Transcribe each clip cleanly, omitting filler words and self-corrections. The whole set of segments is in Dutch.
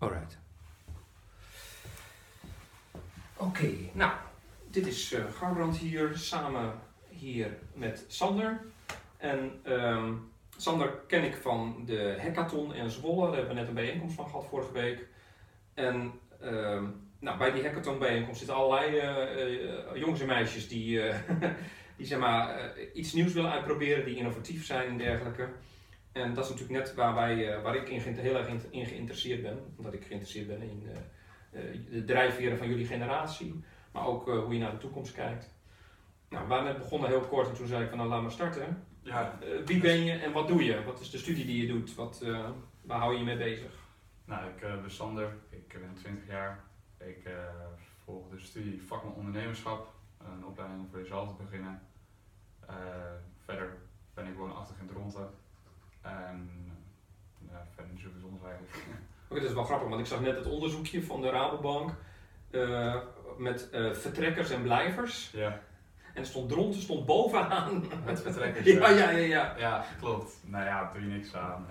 Alright. Oké, nou, dit is Garbrand hier, samen hier met Sander. En Sander ken ik van de hackathon in Zwolle, daar hebben we net een bijeenkomst van gehad vorige week. En bij die hackathon bijeenkomst zitten allerlei jongens en meisjes die, die zeg maar, iets nieuws willen uitproberen, die innovatief zijn en dergelijke. En dat is natuurlijk net waar ik heel erg in geïnteresseerd ben. Omdat ik geïnteresseerd ben in de drijfveren van jullie generatie. Maar ook hoe je naar de toekomst kijkt. Nou, we waren net begonnen heel kort en toen zei ik van nou laat maar starten. Ja. Wie ben je en wat doe je? Wat is de studie die je doet? Waar hou je je mee bezig? Nou, ik ben Sander, ik ben 20 jaar. Ik volg de studie vakman ondernemerschap. Een opleiding om voor jezelf te beginnen. Verder ben ik woonachtig in Dronten. En verder niet zo bijzonder eigenlijk. Oké, dat is wel grappig, want ik zag net het onderzoekje van de Rabobank met vertrekkers en blijvers. Ja. En Dronten stond bovenaan. Met vertrekkers. Ja. Ja, klopt. Nou ja, doe je niks aan.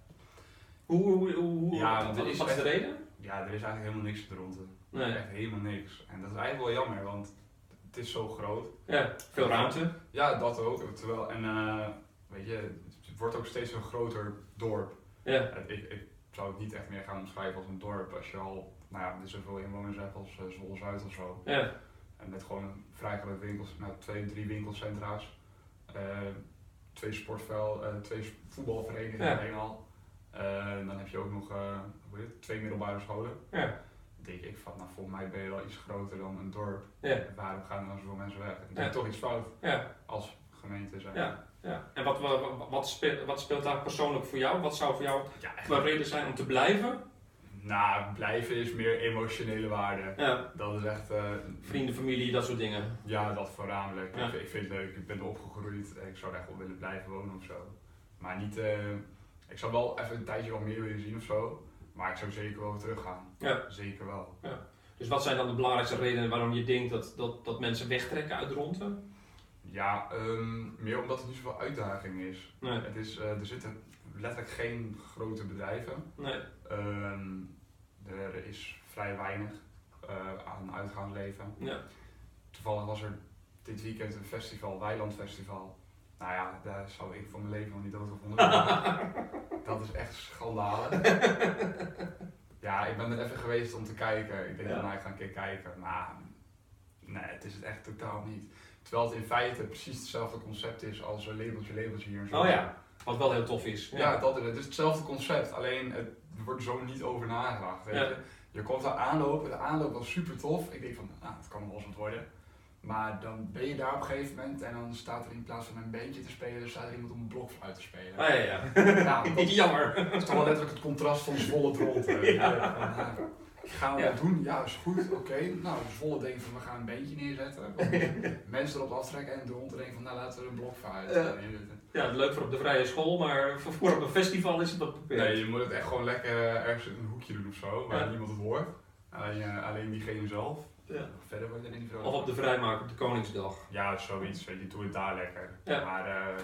Wat is de reden? Ja, er is eigenlijk helemaal niks in Dronten. Nee. Echt helemaal niks. En dat is eigenlijk wel jammer, want het is zo groot. Ja, veel ruimte. Ja, dat ook. Terwijl, weet je, het wordt ook steeds een groter dorp. Ja. Ik zou het niet echt meer gaan omschrijven als een dorp als je al, er zoveel inwoners hebt als Zwolle-Zuid of zo. Ja. En met gewoon vrij grote winkels, 2-3 winkelcentra's, 2 sportvelden, 2 voetbalverenigingen alleen al. Dan heb je ook nog 2 middelbare scholen. Ja. Dan denk ik van, volgens mij ben je wel iets groter dan een dorp. Ja. Waarom gaan er dan zoveel mensen weg? Dan doe je toch iets fout als gemeente zijn. Ja. En wat speelt daar persoonlijk voor jou? Wat zou voor jou een reden zijn om te blijven? Nou, blijven is meer emotionele waarde. Ja. Dat is echt... Vrienden, familie, dat soort dingen. Ja, dat voornamelijk. Ja. Ik vind het leuk, ik ben er opgegroeid. Ik zou er echt wel willen blijven wonen of zo. Maar niet... ik zou wel even een tijdje wat meer willen zien of zo. Maar ik zou zeker wel terug gaan. Ja. Zeker wel. Ja. Dus wat zijn dan de belangrijkste redenen waarom je denkt dat mensen wegtrekken uit Dronten? Ja, meer omdat er niet zoveel uitdaging is. Nee. Het is er zitten letterlijk geen grote bedrijven. Nee. Er is vrij weinig aan uitgaansleven. Ja. Toevallig was er dit weekend een festival, Weilandfestival. Nou ja, daar zou ik voor mijn leven nog niet doodgevonden worden. Dat is echt schandalig. Ja, ik ben er even geweest om te kijken. Ik denk ik ga een keer kijken. Maar nee, het is het echt totaal niet. Terwijl het in feite precies hetzelfde concept is als een labeltje hier en zo. Oh ja, wat wel heel tof is. Ja, het is hetzelfde concept, alleen er wordt zo niet over nagedacht. Weet je? Je komt daar aanlopen, de aanloop was super tof. Ik denk van, het kan wel eens wat worden. Maar dan ben je daar op een gegeven moment en dan staat er in plaats van een beentje te spelen, staat er iemand om een blokfluit te spelen. Ah ja. Nou, dat is jammer. Dat is toch wel letterlijk het contrast van Zwolle Dronten. Gaan we dat doen? Ja, is goed, oké. Nou, Zwolle denkt van we gaan een beentje neerzetten. Mensen erop aftrekken en Dronten denkt van laten we er een blokfluit neerzetten. Ja, leuk voor op de vrije school, maar voor op een festival is het wat beperkt. Nee, je moet het echt gewoon lekker ergens in een hoekje doen of zo, waar niemand het hoort. Alleen diegene zelf. Ja. Verder wordt er niet veel. Of op de vrijmaak op de Koningsdag. Ja, zoiets. Weet je, doe het daar lekker. Ja. Maar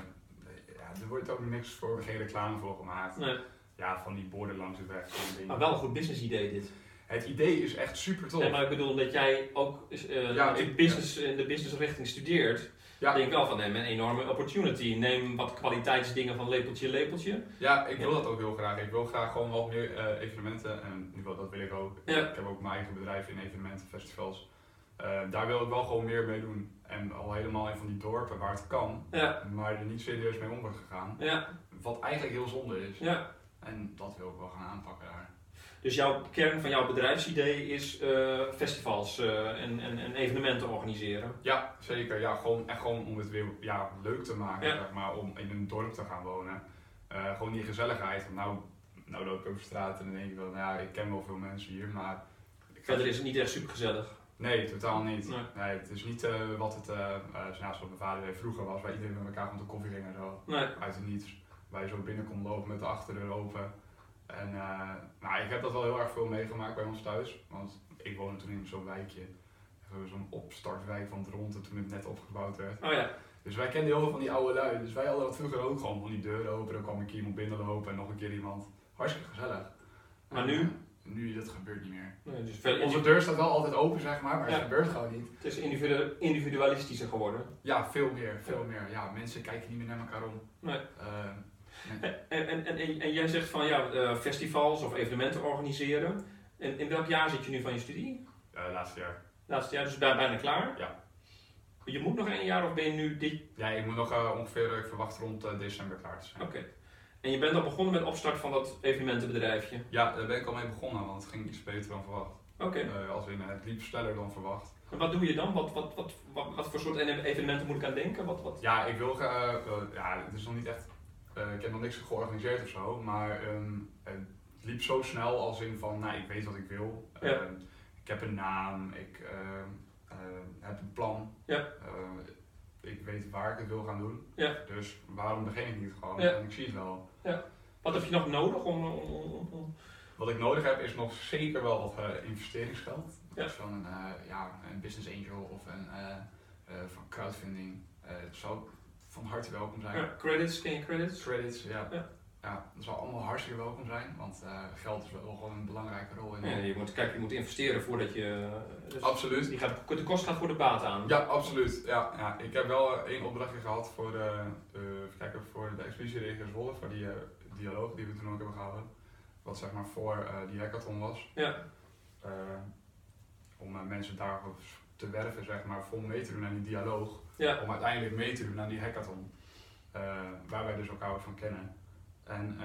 er wordt ook niks voor, geen reclame voor gemaakt. Nee. Ja, van die borden langs de weg. Maar wel een goed business idee dit. Het idee is echt super tof. Nee, maar ik bedoel dat jij ook in de businessrichting studeert. Ja. Denk ik wel van neem een enorme opportunity. Neem wat kwaliteitsdingen van lepeltje. Ja, ik wil dat ook heel graag. Ik wil graag gewoon wat meer evenementen. En dat wil ik ook. Ja. Ik heb ook mijn eigen bedrijf in evenementen, festivals. Daar wil ik wel gewoon meer mee doen. En al helemaal in van die dorpen waar het kan. Ja. Maar er niet serieus mee om wordt gegaan. Ja. Wat eigenlijk heel zonde is. Ja. En dat wil ik wel gaan aanpakken daar. Dus jouw kern van jouw bedrijfsidee is festivals en evenementen organiseren? Ja, zeker. Ja, gewoon om het weer leuk te maken, zeg maar, om in een dorp te gaan wonen. Gewoon die gezelligheid. Nou loop ik over straat en dan denk ik wel, ik ken wel veel mensen hier, maar... Verder is het niet echt super gezellig? Nee, totaal niet. Nee. Het is niet wat het, zoals mijn vader vroeger was, waar iedereen met elkaar rond de koffie ging en zo. Nee. Uit het niets. Waar je zo binnen kon lopen met de achterdeur open. En ik heb dat wel heel erg veel meegemaakt bij ons thuis. Want ik woonde toen in zo'n wijkje. Zo'n opstartwijk van Dronten toen het net opgebouwd werd. Oh ja. Dus wij kenden heel veel van die oude lui. Dus wij hadden dat vroeger ook gewoon van die deuren open. Dan kwam een keer iemand binnenlopen en nog een keer iemand. Hartstikke gezellig. Maar nu? nu dat gebeurt niet meer. Nee, dus veel Onze deur staat wel altijd open, zeg maar Ja. het gebeurt gewoon niet. Het is individualistischer geworden. Ja, veel meer. Ja, mensen kijken niet meer naar elkaar om. Nee. Nee. En jij zegt van festivals of evenementen organiseren. En in welk jaar zit je nu van je studie? Laatste jaar. Laatste jaar, dus bijna klaar? Ja. Je moet nog 1 jaar of ben je nu dit? Ja, ik moet nog ongeveer, ik verwacht rond december klaar te zijn. Oké. En je bent al begonnen met opstart van dat evenementenbedrijfje? Ja, daar ben ik al mee begonnen, want het ging iets beter dan verwacht. Oké. Als in, het liep sneller dan verwacht. En wat doe je dan? Wat voor soort evenementen moet ik aan denken? Ja, ik wil het is nog niet echt, ik heb nog niks georganiseerd of zo, maar het liep zo snel als in van, nou, ik weet wat ik wil. Ja. Ik heb een naam, ik heb een plan. Ja. Ik weet waar ik het wil gaan doen. Ja. Dus waarom begin ik niet gewoon? Ja. En ik zie het wel. Ja. Wat heb je nog nodig om... Wat ik nodig heb is nog zeker wel wat investeringsgeld. Ja. Dus van een business angel of van crowdfunding. Dat zou van harte welkom zijn. Ja, credits, ken je credits? Credits, ja. Ja. Ja, dat zou allemaal hartstikke welkom zijn, want geld is wel gewoon een belangrijke rol in. Ja, je moet investeren voordat je... Dus Absoluut. de kost gaat voor de baat aan. Ja, absoluut. Ja. Ik heb wel 1 opdrachtje gehad voor voor de expeditieregio Zwolle, voor die dialoog die we toen ook hebben gehouden. Wat zeg maar voor die hackathon was. Ja. Om mensen daar te werven, zeg maar, voor mee te doen aan die dialoog. Ja. Om uiteindelijk mee te doen aan die hackathon. Waar wij dus elkaar ook van kennen. En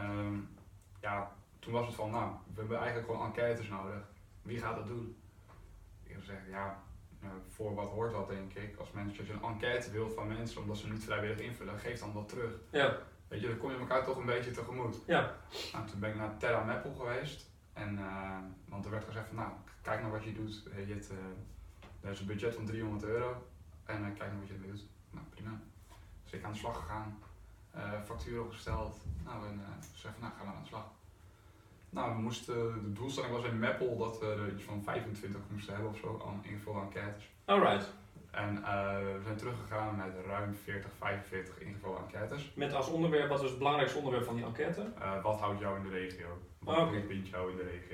toen was het van, nou, we hebben eigenlijk gewoon enquêtes nodig. Wie gaat dat doen? Ik heb gezegd, voor wat hoort dat, denk ik. Als je een enquête wilt van mensen, omdat ze niet vrijwillig invullen, geef dan wat terug. Ja. Weet je, dan kom je elkaar toch een beetje tegemoet. Ja. Nou, toen ben ik naar Terra Maple geweest. En, want er werd gezegd van, nou, kijk naar wat je doet. Er is een budget van €300. En kijk naar wat je ermee doet. Nou, prima. Dus ik aan de slag gegaan. Factuur opgesteld. Nou, en ze zei van, nou, ga maar aan de slag. Nou, de doelstelling was in Maple dat we er iets van 25 moesten hebben of zo, aan ingevulde enquêtes. Alright. En we zijn teruggegaan met ruim 40, 45 ingevulde enquêtes. Met als onderwerp, wat was het belangrijkste onderwerp van die enquête? Wat houdt jou in de regio? Wat bindt jou in de regio?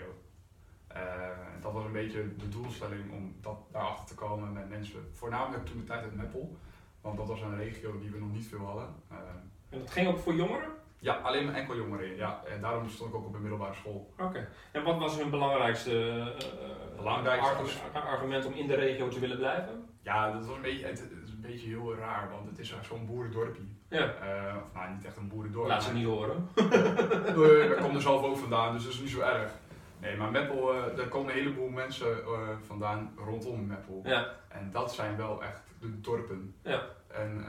Dat was een beetje de doelstelling om daarachter te komen met mensen, voornamelijk toen de tijd uit Meppel, want dat was een regio die we nog niet veel hadden. En dat ging ook voor jongeren? Ja, alleen maar enkel jongeren. Ja, en daarom stond ik ook op een middelbare school. Oké. En wat was hun belangrijkste argument om in de regio te willen blijven? Ja, dat was het is een beetje heel raar, want het is zo'n boerendorpje. Ja. Of nou, niet echt een boerendorp. Laat ze niet horen. Nee, daar komt er zelf ook vandaan, dus dat is niet zo erg. Nee, maar Meppel, daar komen een heleboel mensen vandaan rondom Meppel. Ja. En dat zijn wel echt de dorpen. Ja. En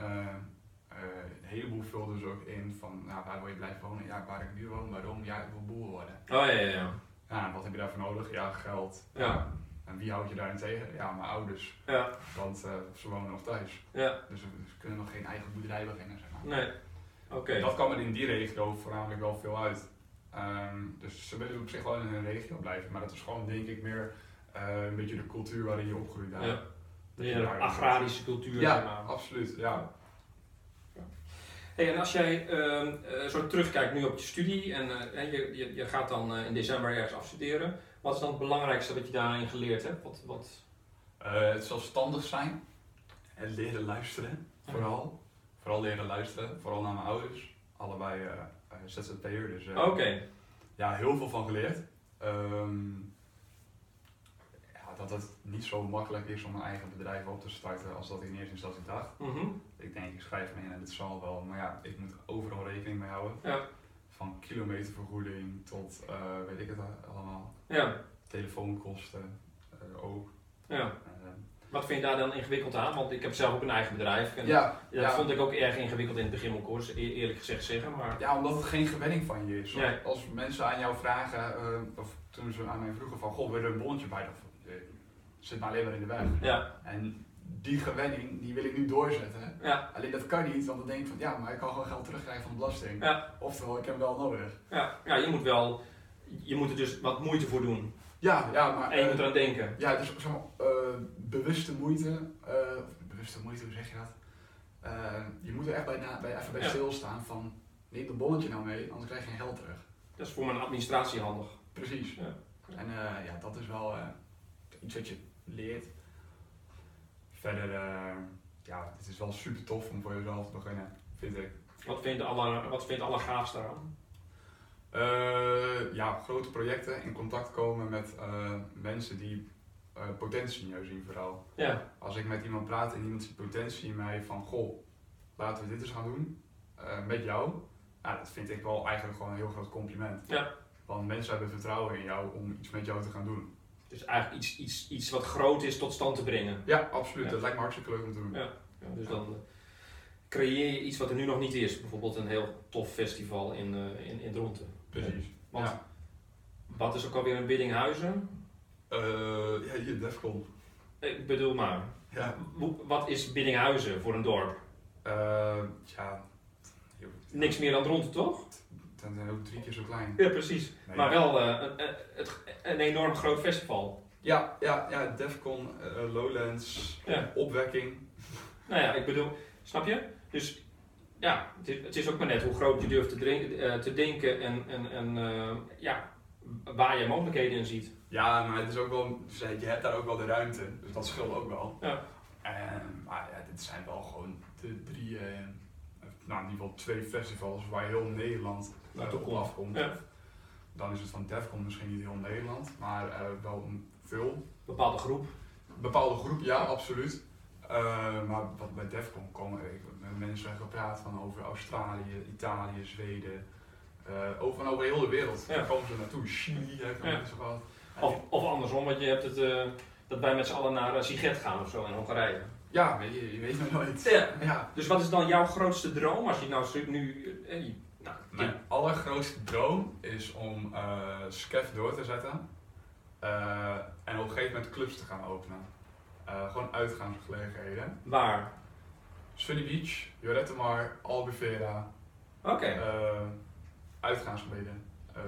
een heleboel vulden ze ook in van, nou, waar wil je blijven wonen? Ja, waar ik nu woon, waarom? Ja, ik wil boer worden. Oh ja. Ja, wat heb je daarvoor nodig? Ja, geld. Ja. En wie houdt je daarin tegen? Ja, mijn ouders. Ja. Want ze wonen nog thuis. Ja. Dus ze kunnen nog geen eigen boerderij beginnen, zeg maar. Nee. Oké. Dat kwam er in die regio voornamelijk wel veel uit. Dus ze willen op zich wel in hun regio blijven, maar dat is gewoon, denk ik, meer een beetje de cultuur waarin je opgroeit daar. Ja. De agrarische cultuur. Ja, zeg maar. absoluut. Ja. Hey, en als jij zo terugkijkt nu op je studie en je gaat dan in december ergens afstuderen, wat is dan het belangrijkste wat je daarin geleerd hebt? Het zelfstandig zijn en leren luisteren, vooral. Vooral leren luisteren, vooral naar mijn ouders. Allebei ZZP'er, dus ja, heel veel van geleerd. Dat het niet zo makkelijk is om een eigen bedrijf op te starten als dat ik in eerste instantie dacht. Ik denk, ik schrijf me in en het zal wel, maar ja, ik moet overal rekening mee houden. Ja. Van kilometervergoeding tot, weet ik het allemaal. Ja. Telefoonkosten ook. Ja. Wat vind je daar dan ingewikkeld aan? Want ik heb zelf ook een eigen bedrijf. En dat vond ik ook erg ingewikkeld in het begin van koers, eerlijk gezegd zeggen. Maar... Ja, omdat het geen gewenning van je is. Nee. Als mensen aan jou vragen, of toen ze aan mij vroegen van, goh, wil je er een bonnetje bij? Dan zit maar alleen maar in de weg. Ja. En die gewenning, die wil ik nu doorzetten. Ja. Alleen dat kan niet, want dan denk ik van, ja, maar ik kan gewoon geld terugkrijgen van de belasting. Ja. Oftewel, ik heb hem wel nodig. Ja, je moet er dus wat moeite voor doen. Ja, maar... En je moet eraan denken. Ja, dus bewuste moeite, hoe zeg je dat? Je moet er echt even bij stilstaan van, neem een bonnetje nou mee, anders krijg je geen geld terug. Dat is voor mijn administratie handig. Precies. Ja. En ja, dat is wel iets wat je leert. Verder, ja, het is wel super tof om voor jezelf te beginnen, vind ik. Wat vind je allergaafst daaraan? Ja, grote projecten, in contact komen met mensen die potentie in jou zien vooral. Ja. Als ik met iemand praat en iemand ziet potentie in mij van, goh, laten we dit eens gaan doen met jou. Nou, dat vind ik wel eigenlijk gewoon een heel groot compliment. Ja. Want mensen hebben vertrouwen in jou om iets met jou te gaan doen. Dus eigenlijk iets wat groot is tot stand te brengen. Ja, absoluut. Ja. Dat lijkt me hartstikke leuk om te doen. Ja. Ja, dus dan creëer je iets wat er nu nog niet is. Bijvoorbeeld een heel tof festival in Dronten. Precies. Want Ja. wat is ook alweer een Biddinghuizen? Ja, hier, Defcon. Ik bedoel maar. Ja. Wat is Biddinghuizen voor een dorp? Ja. Niks meer dan Dronten, toch? Dan zijn ook 3 keer zo klein. Ja, precies. Nee, Maar ja. wel een enorm groot festival. Ja, Defcon, Lowlands, Ja. opwekking. Nou ja, ik bedoel, snap je? Dus ja, het is ook maar net hoe groot je durft te denken en ja, waar je mogelijkheden in ziet. Ja, maar het is ook wel, je hebt daar ook wel de ruimte, dus dat scheelt ook wel. Ja. Maar ja, dit zijn wel gewoon de 3, nou in ieder geval 2 festivals waar heel Nederland Naartoe op komt. afkomt. Ja. Dan is het van Defcon misschien niet heel Nederland, maar wel veel. Bepaalde groep. Bepaalde groep, ja, absoluut. Maar wat bij Defcon komen, ik heb met mensen gepraat van over Australië, Italië, Zweden, over heel de wereld. Ja. Daar komen ze naartoe. Chili heb ik Ja. mensen gehad. Of andersom, want je hebt het dat wij met z'n allen naar Siget gaan of zo in Hongarije. Ja, je weet maar nooit. Ja. Ja. Dus wat is dan jouw grootste droom als je nou nu... Mijn allergrootste droom is om Skef door te zetten en op een gegeven moment clubs te gaan openen. Gewoon uitgaansgelegenheden. Waar? Sunny Beach, Lloret de Mar, Albufeira, Oké. uitgaansgebieden.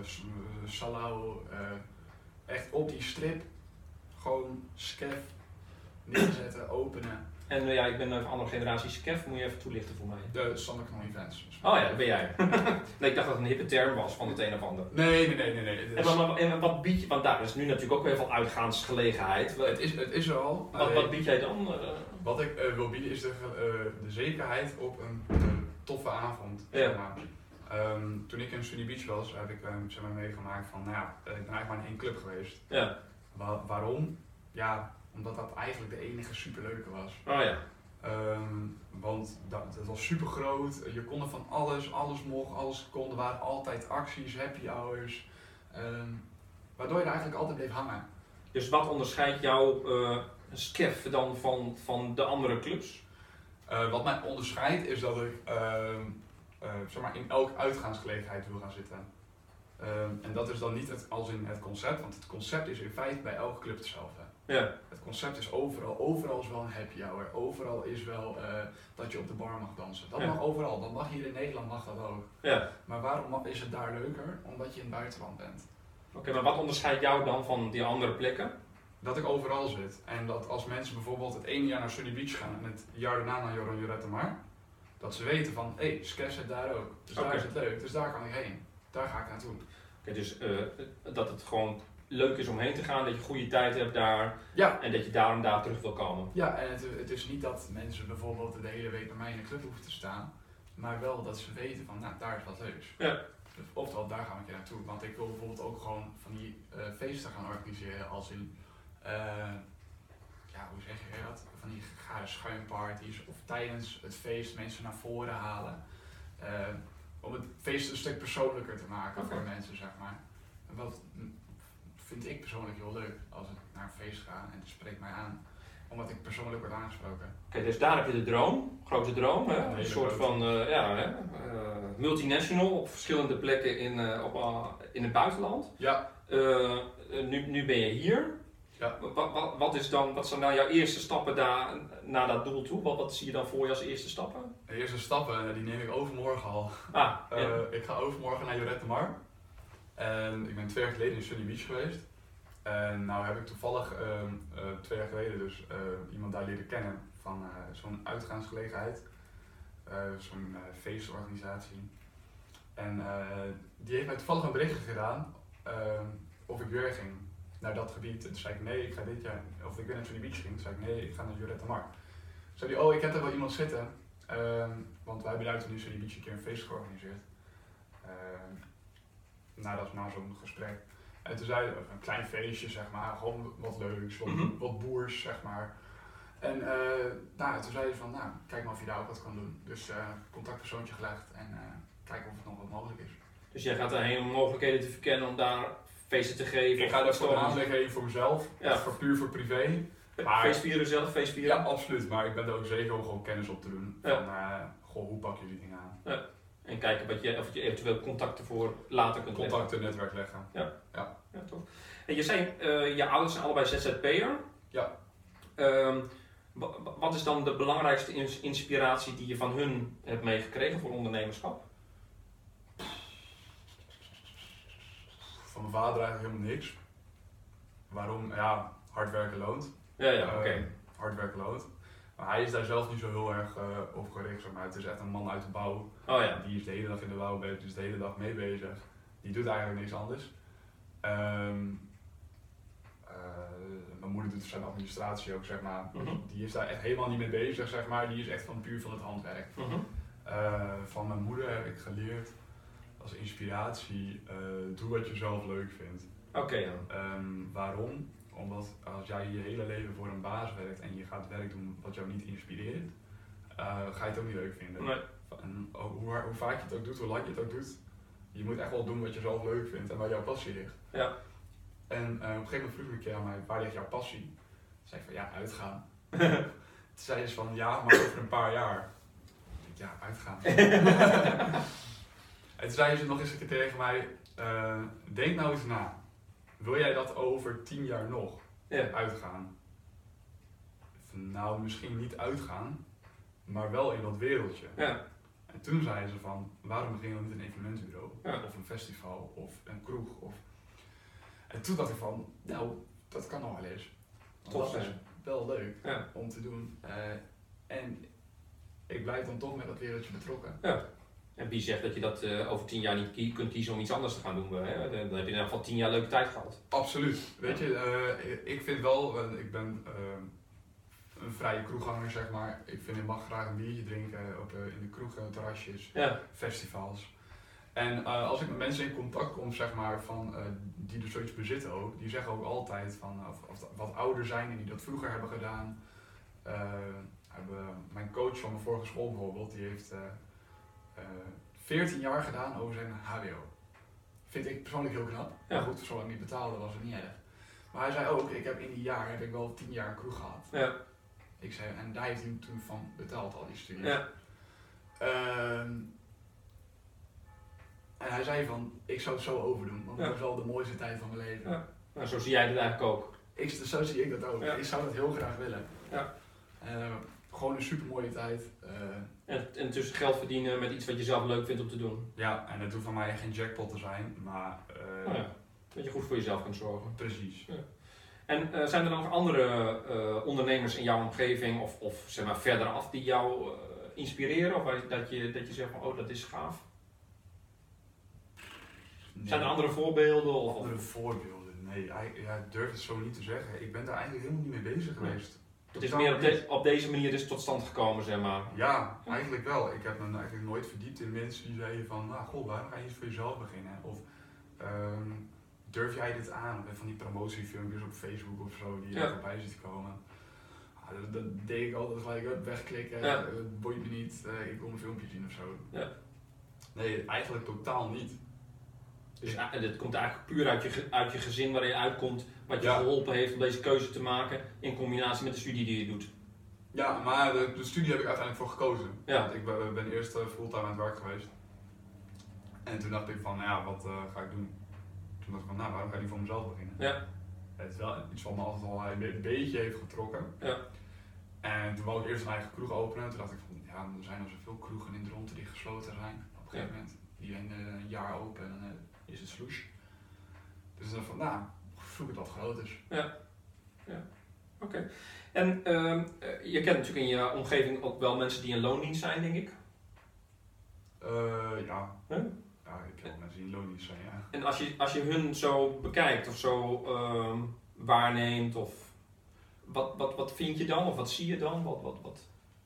Salau, echt op die strip, gewoon Skef neerzetten, openen. En ja, ik ben een andere generatie Skef, moet je even toelichten voor mij. De Sander Knol Events. Oh ja, dat ben jij. Nee, ik dacht dat het een hippe term was van het een of ander. Nee. En wat bied je, want daar is nu natuurlijk ook weer veel uitgaansgelegenheid. Het is er al. Wat bied jij dan? Wat ik wil bieden is de zekerheid op een toffe avond. Ja. Zeg maar. Toen ik in Sunny Beach was, heb ik zeg maar, meegemaakt van, nou ja, ik ben eigenlijk maar in 1 club geweest. Ja. Waarom? Ja, omdat dat eigenlijk de enige superleuke was. Oh ja. Want dat was super groot, je kon er van alles mocht, alles kon, er waren altijd acties, happy hours. Waardoor je er eigenlijk altijd bleef hangen. Dus wat onderscheidt jouw Skef dan van de andere clubs? Wat mij onderscheidt is dat ik zeg maar in elke uitgaansgelegenheid wil gaan zitten. En dat is dan niet als in het concept, want het concept is in feite bij elke club hetzelfde. Ja. Het concept is overal is wel een happy hour, overal is wel dat je op de bar mag dansen. Dat Ja. mag overal, dat mag hier in Nederland mag dat ook. Ja. Maar waarom is het daar leuker? Omdat je in het buitenland bent. Oké, maar wat onderscheidt jou dan van die andere plekken? Dat ik overal zit. En dat als mensen bijvoorbeeld het ene jaar naar Sunny Beach gaan en het jaar daarna naar Lloret de Mar, dat ze weten van, hé, Skef zit daar ook. Dus daar is het leuk, dus daar kan ik heen. Daar ga ik naartoe. Oké, dus dat het gewoon leuk is om heen te gaan, dat je goede tijd hebt daar Ja. en dat je daarom daar terug wil komen. Ja, en het is niet dat mensen bijvoorbeeld de hele week bij mij in de club hoeven te staan, maar wel dat ze weten van, nou, daar is wat leuks. Ja. Oftewel, daar ga ik een keer naartoe. Want ik wil bijvoorbeeld ook gewoon van die feesten gaan organiseren als in, ja, hoe zeg je dat? Van die gare schuimparties of tijdens het feest mensen naar voren halen. Om het feest een stuk persoonlijker te maken voor mensen, zeg maar. En wat vind ik persoonlijk heel leuk als ik naar een feest ga en het spreekt mij aan. Omdat ik persoonlijk word aangesproken. Oké, dus daar heb je de droom, grote droom, hè? Een Een soort van multinational op verschillende plekken in het buitenland. Ja. Nu ben je hier. Ja. Wat zijn nou jouw eerste stappen naar dat doel toe? Wat zie je dan voor je als eerste stappen? De eerste stappen, die neem ik overmorgen al. Ja. Ik ga overmorgen naar Lloret de Mar. En ik ben 2 jaar geleden in Sunny Beach geweest. En nou heb ik toevallig 2 jaar geleden dus iemand daar leren kennen van zo'n uitgaansgelegenheid. Zo'n feestorganisatie. En die heeft mij toevallig een berichtje gedaan of ik weer ging naar dat gebied. En toen zei ik nee, ik ga dit jaar, of ik weer naar Sunny Beach ging. Toen zei ik nee, ik ga naar Lloret de Mar. Toen zei hij, oh ik heb er wel iemand zitten. Want wij hebben daar toen in Sunny Beach een keer een feest georganiseerd. Dat was na zo'n gesprek. En toen zei hij, een klein feestje zeg maar, gewoon wat leuks, wat boers zeg maar. En toen zei hij van, nou, kijk maar of je daar ook wat kan doen. Dus contactpersoontje gelegd en kijken of het nog wat mogelijk is. Dus jij gaat daarheen om mogelijkheden te verkennen om daar feesten te geven? Ik ga dat voor aanleggen voor mezelf, puur voor privé. Maar, feestvieren zelf, feestvieren? Ja, absoluut. Maar ik ben er ook zeker om gewoon kennis op te doen. Van, hoe pak je die dingen aan? Ja. En kijken of je eventueel contacten voor later kunt leggen. Contacten, netwerk leggen. Ja, tof. En je zei, je ouders zijn allebei ZZP'er. Ja. Wat is dan de belangrijkste inspiratie die je van hun hebt meegekregen voor ondernemerschap? Van mijn vader eigenlijk helemaal niks. Waarom? Ja, hard werken loont. Ja, oké. Hard werken loont. Maar hij is daar zelf niet zo heel erg op gericht. Zeg maar. Het is echt een man uit de bouw. Oh ja. Die is de hele dag in de bouw bezig, dus de hele dag mee bezig. Die doet eigenlijk niks anders. Mijn moeder doet zijn administratie ook, zeg maar. Die is daar echt helemaal niet mee bezig, zeg maar. Die is echt puur van het handwerk. Van mijn moeder heb ik geleerd als inspiratie, doe wat je zelf leuk vindt. Oké. Waarom? Omdat als jij je hele leven voor een baas werkt en je gaat werk doen wat jou niet inspireert, ga je het ook niet leuk vinden. Nee. En hoe vaak je het ook doet, hoe lang je het ook doet, je moet echt wel doen wat je zelf leuk vindt en waar jouw passie ligt. Ja. En op een gegeven moment vroeg ik een keer aan mij, waar ligt jouw passie? Toen zei ik van, ja, uitgaan. Toen zei ze van, ja, maar over een paar jaar. Ik zei, ja, uitgaan. En toen zei ze nog eens een keer tegen mij, denk nou eens na. Wil jij dat over 10 jaar nog uitgaan? Nou, misschien niet uitgaan, maar wel in dat wereldje. Ja. En toen zei ze van, waarom begin je dan niet een evenementenbureau? Ja. Of een festival, of een kroeg? En toen dacht ik van, nou, dat kan nog wel eens. Dat is wel leuk om te doen. En ik blijf dan toch met dat wereldje betrokken. Ja. En wie zegt dat je dat over 10 jaar niet kunt kiezen om iets anders te gaan doen? Hè? Dan heb je in ieder geval 10 jaar leuke tijd gehad. Absoluut. Weet je, ik vind wel, ik ben een vrije kroegganger, zeg maar. Ik mag graag een biertje drinken in de kroegen, terrasjes, festivals. En als ik met mensen in contact kom, zeg maar, die dus zoiets bezitten ook, die zeggen ook altijd van, of wat ouder zijn en die dat vroeger hebben gedaan. Mijn coach van mijn vorige school bijvoorbeeld, die heeft 14 jaar gedaan over zijn HBO. Vind ik persoonlijk heel knap. Ja. Maar goed, zolang ik niet betaalde was het niet erg. Maar hij zei ook, ik heb in die jaar heb ik wel 10 jaar een kroeg gehad. Ja. Ik zei, en daar heeft hij toen van betaald, al die studies. Ja. En hij zei van, ik zou het zo overdoen, want dat is wel de mooiste tijd van mijn leven. Ja. Nou, zo zie jij het eigenlijk ook. Zo zie ik dat ook. Ja. Ik zou dat heel graag willen. Ja. Gewoon een super mooie tijd. En tussen geld verdienen met iets wat je zelf leuk vindt om te doen. Ja, en het hoeft van mij geen jackpot te zijn, maar... dat je goed voor jezelf kunt zorgen. Precies. Ja. En zijn er dan nog andere ondernemers in jouw omgeving of zeg maar verder af die jou inspireren? Of dat je zegt van, oh, dat is gaaf? Nee. Zijn er andere voorbeelden? Andere voorbeelden? Nee, ik durf het zo niet te zeggen. Ik ben daar eigenlijk helemaal niet mee bezig geweest. Het is meer op deze manier dus tot stand gekomen, zeg maar. Ja, eigenlijk wel. Ik heb me eigenlijk nooit verdiept in mensen die zeiden van, nou goh, waarom ga je iets voor jezelf beginnen? Of durf jij dit aan? Of van die promotiefilmpjes op Facebook of zo die er voorbij ziet komen. Dat deed ik altijd gelijk wegklikken, het boeit me niet, ik wil een filmpje zien of zo. Ja. Nee, eigenlijk totaal niet. Dus dit komt eigenlijk puur uit je gezin waarin je uitkomt, wat je geholpen heeft om deze keuze te maken in combinatie met de studie die je doet. Ja, maar de studie heb ik uiteindelijk voor gekozen. Ja. Want ik ben eerst fulltime aan het werk geweest. En toen dacht ik van, nou ja, wat ga ik doen? Toen dacht ik van, nou, waarom ga ik niet voor mezelf beginnen? Ja. Het is wel iets wat me altijd al een beetje heeft getrokken. Ja. En toen wou ik eerst een eigen kroeg openen. Toen dacht ik van, ja, er zijn al zoveel kroegen in de rondte die gesloten zijn. Op een gegeven moment, die zijn een jaar open en dan is het sloes. Dus ik dacht van, nou, zoek het wat groot is. Ja. Oké. En je kent natuurlijk in je omgeving ook wel mensen die in loondienst zijn, denk ik? Ja. Huh? Ja, ik ken wel mensen die in loondienst zijn, ja. En als je hun zo bekijkt of zo waarneemt, of wat vind je dan? Of wat zie je dan? Wat?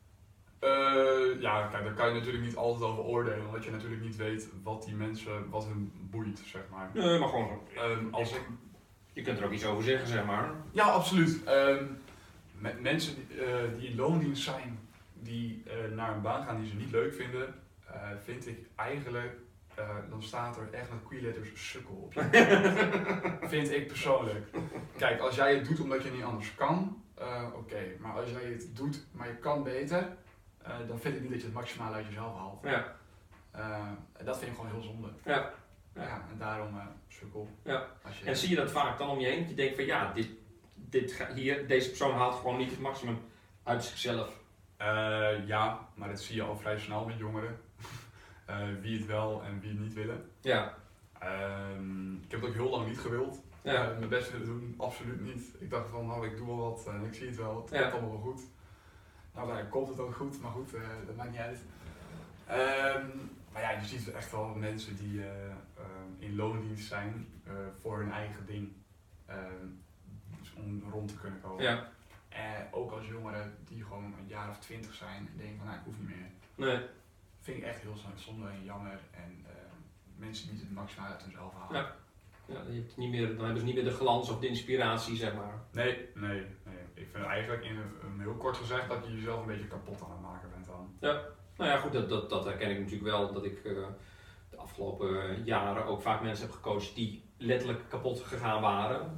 Ja, kijk, daar kan je natuurlijk niet altijd over oordelen, omdat je natuurlijk niet weet wat die mensen, wat hun boeit, zeg maar. Nee, maar gewoon zo. Als ik... Je kunt er ook iets over zeggen, zeg maar. Ja, absoluut. Met mensen die in loondienst zijn, die naar een baan gaan die ze niet leuk vinden, vind ik eigenlijk, dan staat er echt met queerletters sukkel op je. Vind ik persoonlijk. Kijk, als jij het doet omdat je niet anders kan, oké. Maar als jij het doet, maar je kan beter, dan vind ik niet dat je het maximaal uit jezelf haalt. Ja. Dat vind ik gewoon heel zonde. Ja. Ja, en daarom sukkel. Ja. Als je... En zie je dat vaak dan om je heen? Dat je denkt van ja, deze persoon haalt gewoon niet het maximum uit zichzelf. Ja, maar dat zie je al vrij snel met jongeren. Wie het wel en wie het niet willen. Ja. Ik heb het ook heel lang niet gewild. Ja. Mijn best willen doen, absoluut niet. Ik dacht van, nou ik doe wel wat en ik zie het wel, het Ja. komt allemaal wel goed. Nou dan komt het ook goed, maar goed, dat maakt niet uit. Maar ja, je ziet echt wel mensen die in loondienst zijn voor hun eigen ding. Dus om rond te kunnen komen. Ja. Ook als jongeren die gewoon een jaar of 20 zijn en denken van, nou ik hoef niet meer. Nee. Vind ik echt heel zonde en jammer en mensen die het maximaal uit hunzelf halen. Ja. Ja, dan hebben ze niet meer de glans of de inspiratie, zeg maar. Nee. Ik vind eigenlijk heel kort gezegd dat je jezelf een beetje kapot aan het maken bent dan. Ja. Nou ja, goed, dat herken ik natuurlijk wel. Dat ik de afgelopen jaren ook vaak mensen heb gecoacht die letterlijk kapot gegaan waren.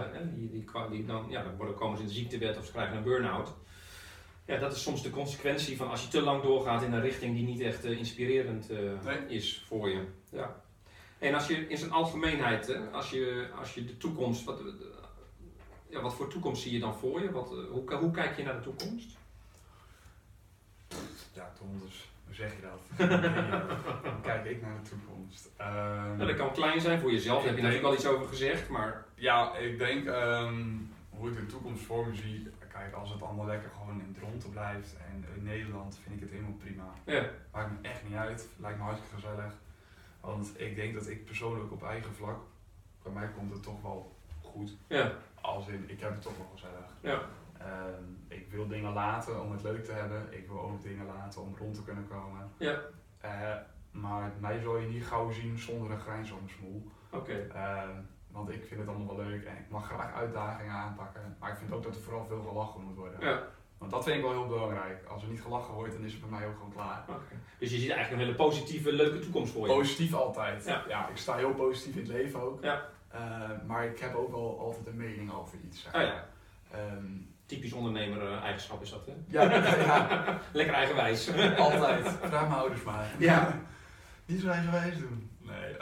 Dan komen ze in de ziektewet of ze krijgen een burn-out. Ja, dat is soms de consequentie van als je te lang doorgaat in een richting die niet echt inspirerend is voor je. Ja. En als je in zijn algemeenheid, als je de toekomst, wat voor toekomst zie je dan voor je? Hoe kijk je naar de toekomst? Ja, Thomas, hoe zeg je dat? Hoe kijk ik naar de toekomst? Dat kan klein zijn voor jezelf, daar heb je natuurlijk al iets over gezegd, maar... Ja, ik denk hoe ik de toekomst voor me zie, kijk, als het allemaal lekker gewoon in het rond blijft en in Nederland vind ik het helemaal prima. Ja. Maakt me echt niet uit, lijkt me hartstikke gezellig. Want ik denk dat ik persoonlijk op eigen vlak, bij mij komt het toch wel goed. Ja. Als in, ik heb het toch wel gezellig. Ja. Ik wil dingen laten om het leuk te hebben. Ik wil ook dingen laten om rond te kunnen komen. Ja. Maar mij zal je niet gauw zien zonder een grijns op mijn smoel. Oké. Want ik vind het allemaal wel leuk en ik mag graag uitdagingen aanpakken. Maar ik vind ook dat er vooral veel gelachen moet worden. Ja. Want dat vind ik wel heel belangrijk. Als er niet gelachen wordt, dan is het bij mij ook gewoon klaar. Okay. Dus je ziet eigenlijk een hele positieve, leuke toekomst voor je? Positief altijd. Ja. Ja, ik sta heel positief in het leven ook. Ja. Maar ik heb ook wel altijd een mening over iets. Zeg. Ja. Typisch ondernemer-eigenschap is dat, hè? Ja. Lekker eigenwijs. Altijd. Vraag mijn ouders maar. Ja. Niet zo eigenwijs doen. Nee.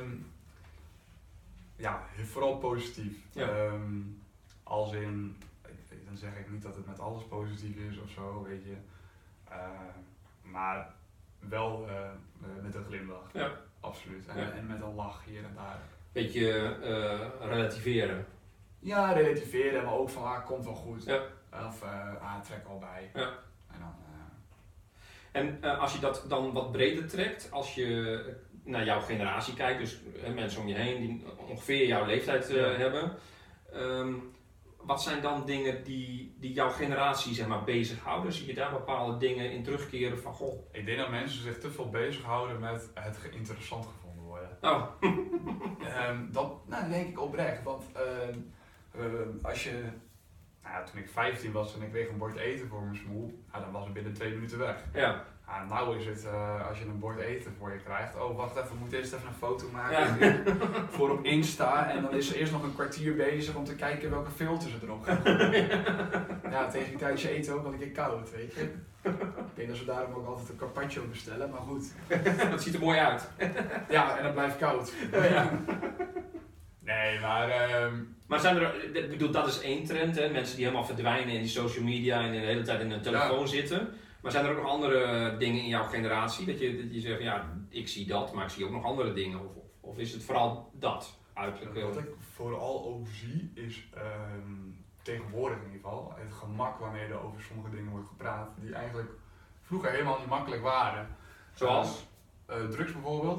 Ja, vooral positief. Ja. Als in, dan zeg ik niet dat het met alles positief is of zo, weet je. Maar wel met een glimlach. Ja. Absoluut. En met een lach hier en daar. Beetje relativeren. Ja, relativeren, maar ook van, komt wel goed. Ja. Of, trek al bij. Ja. En dan... En als je dat dan wat breder trekt, als je naar jouw generatie kijkt, dus mensen om je heen die ongeveer jouw leeftijd hebben, wat zijn dan dingen die jouw generatie zeg maar bezighouden? Zie je daar bepaalde dingen in terugkeren van goh? Ik denk dat mensen zich te veel bezighouden met het interessant gevonden worden. Oh. Dat denk ik oprecht, want als je... Nou, toen ik 15 was en ik kreeg een bord eten voor mijn smoel, dan was het binnen 2 minuten weg. Ja. Nou is het, als je een bord eten voor je krijgt, oh wacht even, we moeten eerst even een foto maken voor op Insta en dan is er eerst nog een kwartier bezig om te kijken welke filters er erop gaan. Ja, tegen die tijd is je eten ook al een keer koud, weet je. Ik denk dat ze daarom ook altijd een carpaccio bestellen, maar goed. Dat ziet er mooi uit. Ja, en dat blijft koud. Ja. Nee, maar... Maar zijn er, ik bedoel, dat is één trend, hè? Mensen die helemaal verdwijnen in die social media en de hele tijd in hun telefoon zitten. Maar zijn er ook nog andere dingen in jouw generatie? Dat je zegt, ja, ik zie dat, maar ik zie ook nog andere dingen. Of is het vooral dat uiterlijk? Wat ik vooral ook zie is, tegenwoordig in ieder geval, het gemak waarmee er over sommige dingen wordt gepraat. Die eigenlijk vroeger helemaal niet makkelijk waren. Zoals? Drugs bijvoorbeeld.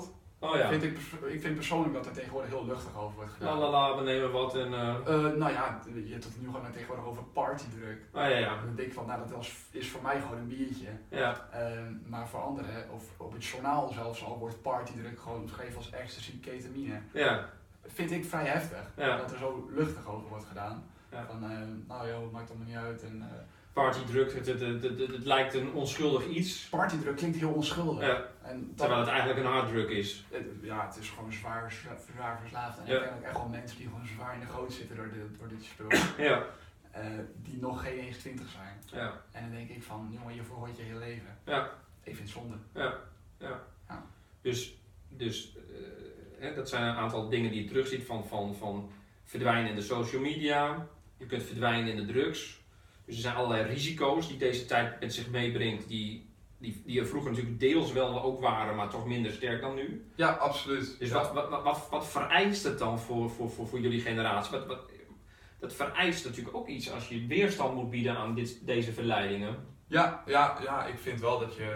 Oh ja. Ik vind persoonlijk dat er tegenwoordig heel luchtig over wordt gedaan. La, we nemen wat en... Nou ja, je hebt het nu gewoon tegenwoordig over partydruk. Oh ja. Dan denk ik van, nou dat is voor mij gewoon een biertje. Ja. Maar voor anderen, of op het journaal zelfs al, wordt partydruk gewoon beschreven als ecstasy, ketamine. Ja. Vind ik vrij heftig, dat er zo luchtig over wordt gedaan. Ja. Van, nou joh, het maakt allemaal niet uit. En, partydruk, het lijkt een onschuldig iets. partydruk klinkt heel onschuldig. Ja. Terwijl het eigenlijk een harddruk is. Ja, het is gewoon zwaar verslaafd. En Ja. ik ken ook echt wel mensen die gewoon zwaar in de goot zitten door dit spul. Ja. Die nog geen eens 20 zijn. Ja. En dan denk ik van, jongen, hiervoor hoort je heel leven. Ja. Ik vind het zonde. Ja. Dus dat zijn een aantal dingen die je terugziet van verdwijnen in de social media. Je kunt verdwijnen in de drugs. Dus er zijn allerlei risico's die deze tijd met zich meebrengt, die er vroeger natuurlijk deels wel ook waren, maar toch minder sterk dan nu. Ja, absoluut. Dus wat vereist het dan voor jullie generatie? Dat vereist natuurlijk ook iets als je weerstand moet bieden aan deze verleidingen. Ja, ik vind wel dat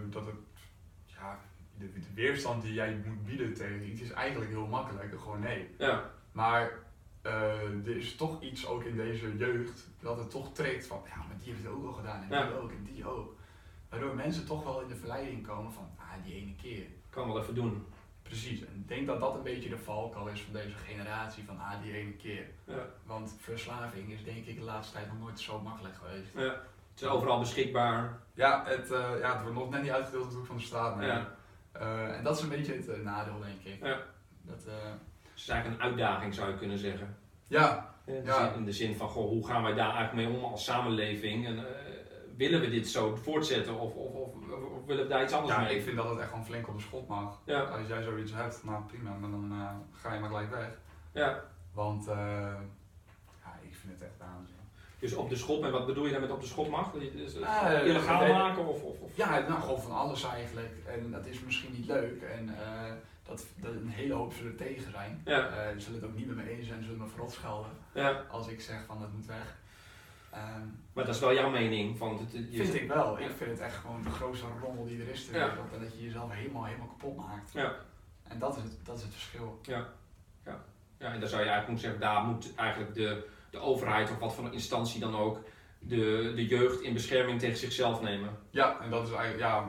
de weerstand die jij moet bieden tegen iets is eigenlijk heel makkelijk, gewoon nee. Ja. Maar er is toch iets ook in deze jeugd dat het toch trekt van, ja, maar die heeft het ook al gedaan en die ook en die ook. Waardoor mensen toch wel in de verleiding komen van, die ene keer. Kan wel even doen. Precies, en ik denk dat dat een beetje de valkuil is van deze generatie, van die ene keer. Ja. Want verslaving is denk ik de laatste tijd nog nooit zo makkelijk geweest. Ja. Het is overal beschikbaar. Ja, het wordt nog net niet uitgedeeld op de hoek van de straat. Nee. Ja. En dat is een beetje het nadeel, denk ik. Ja. Dat, Het is eigenlijk een uitdaging, zou je kunnen zeggen. Ja. In de zin van, hoe gaan wij daar eigenlijk mee om als samenleving? En willen we dit zo voortzetten of willen we daar iets anders mee? Ik vind dat het echt gewoon flink op de schot mag. Ja. Als jij zoiets hebt, nou prima, maar dan ga je maar gelijk weg. Ja. Want ik vind het echt waanzin. Dus op de schop, en wat bedoel je daar met op de schop mag? Illegaal maken of? Ja, nou gewoon van alles eigenlijk. En dat is misschien niet leuk. En dat een hele hoop zullen tegen zijn. Ja. Zullen het ook niet met me eens zijn, zullen me verrot schelden. Ja. Als ik zeg van het moet weg. Maar dat is wel jouw mening? Vind ik wel. Ik vind het echt gewoon de grootste rommel die er is ter wereld. En dat je jezelf helemaal kapot maakt. Ja. En dat is het verschil. Ja, en daar zou je eigenlijk moeten zeggen, daar moet eigenlijk de overheid of wat voor een instantie dan ook de jeugd in bescherming tegen zichzelf nemen. Ja, en dat is eigenlijk,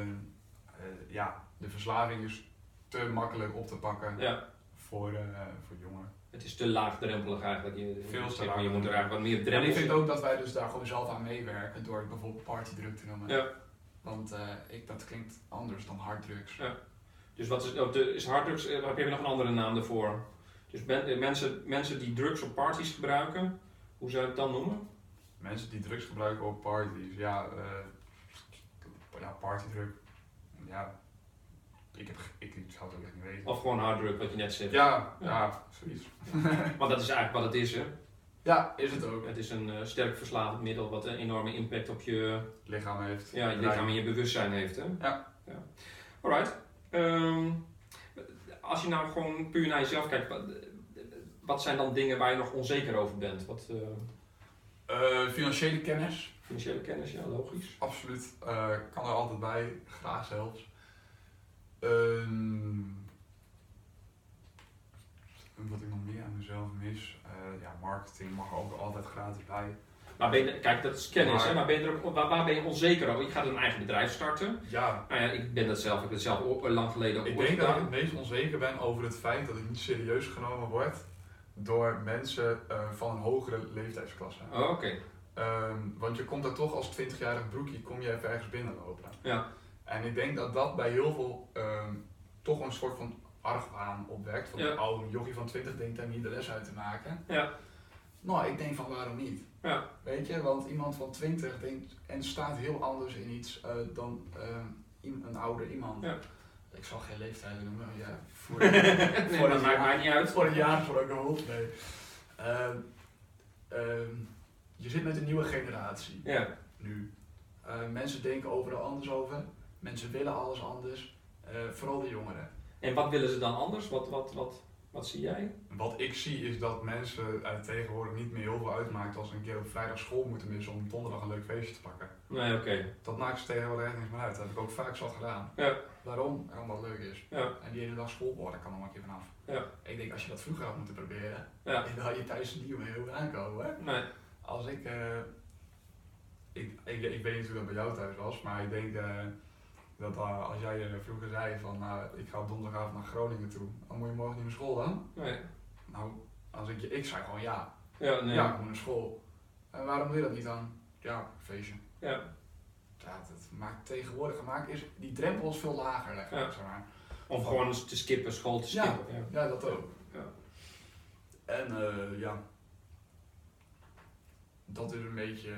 de verslaving is te makkelijk op te pakken voor jongeren. Het is te laagdrempelig eigenlijk. Veel te laag. Je moet er eigenlijk wat meer En drempels. ik vind ook dat wij dus daar gewoon zelf aan meewerken door het bijvoorbeeld partydruk te noemen. Ja. Want dat klinkt anders dan harddrugs. Ja. Dus wat is harddrugs? Heb je nog een andere naam daarvoor? Dus mensen die drugs op parties gebruiken, hoe zou je het dan noemen? Mensen die drugs gebruiken op parties, partydruk. Ja, ik zou het ook echt niet weten. Of gewoon harddruk, wat je net zegt. Ja, zoiets. Want dat is eigenlijk wat het is, hè? Ja, is het ook. Het is een sterk verslavend middel wat een enorme impact op je lichaam heeft. Ja, je lichaam en je bewustzijn heeft, hè? Ja. Alright. Als je nou gewoon puur naar jezelf kijkt, wat zijn dan dingen waar je nog onzeker over bent? Financiële kennis. Financiële kennis, ja, logisch. Absoluut. Kan er altijd bij, graag zelfs. Wat ik nog meer aan mezelf mis, marketing mag er ook altijd gratis bij. Maar kijk, dat is kennis, hè? Maar waar ben je onzeker over? Je gaat een eigen bedrijf starten. Ja. Nou ja, ik heb het zelf ook lang geleden Ik denk dat ik het meest onzeker ben over het feit dat ik niet serieus genomen word door mensen van een hogere leeftijdsklasse. Oh, oké. Want je komt daar toch als 20-jarig broekje, kom je even ergens binnenlopen. Ja. En ik denk dat dat bij heel veel toch een soort van argwaan opwekt. Van een jochie van 20 denkt daar niet de les uit te maken. Ja. Nou, ik denk van waarom niet? Ja. Weet je, want iemand van 20 denkt en staat heel anders in iets dan een ouder iemand. Ja. Ik zal geen leeftijd noemen, dat maakt mij niet uit. Voor een jaar voor ook een hond, nee. Je zit met een nieuwe generatie. Ja. Nu. Mensen denken overal anders over. Mensen willen alles anders. Vooral de jongeren. En wat willen ze dan anders? Wat? Wat zie jij? Wat ik zie is dat mensen tegenwoordig niet meer heel veel uitmaakt als ze een keer op vrijdag school moeten missen om donderdag een leuk feestje te pakken. Nee, oké. Dat maakt ze tegenwoordig echt niks meer uit. Dat heb ik ook vaak zat gedaan. Ja. Waarom? Omdat het leuk is. Ja. En die ene dag school, daar kan er maar een keer vanaf. Ja. Ik denk, als je dat vroeger had moeten proberen, Ja. dan had je thuis niet meer heel aankomen. Hè? Nee. Als ik weet niet hoe dat bij jou thuis was, maar ik denk dat als jij vroeger zei van ik ga op donderdagavond naar Groningen toe, dan moet je morgen niet naar school dan? Nee. Nou, als ik zei gewoon ja. Ja, nee. Ja, ik moet naar school. En waarom doe je dat niet dan? Ja, feestje. Ja. Ja, dat maakt tegenwoordig is die drempel is veel lager, zeg maar. Om gewoon te skippen, school te skippen. Ja, dat ook. Ja. En ja, dat is een beetje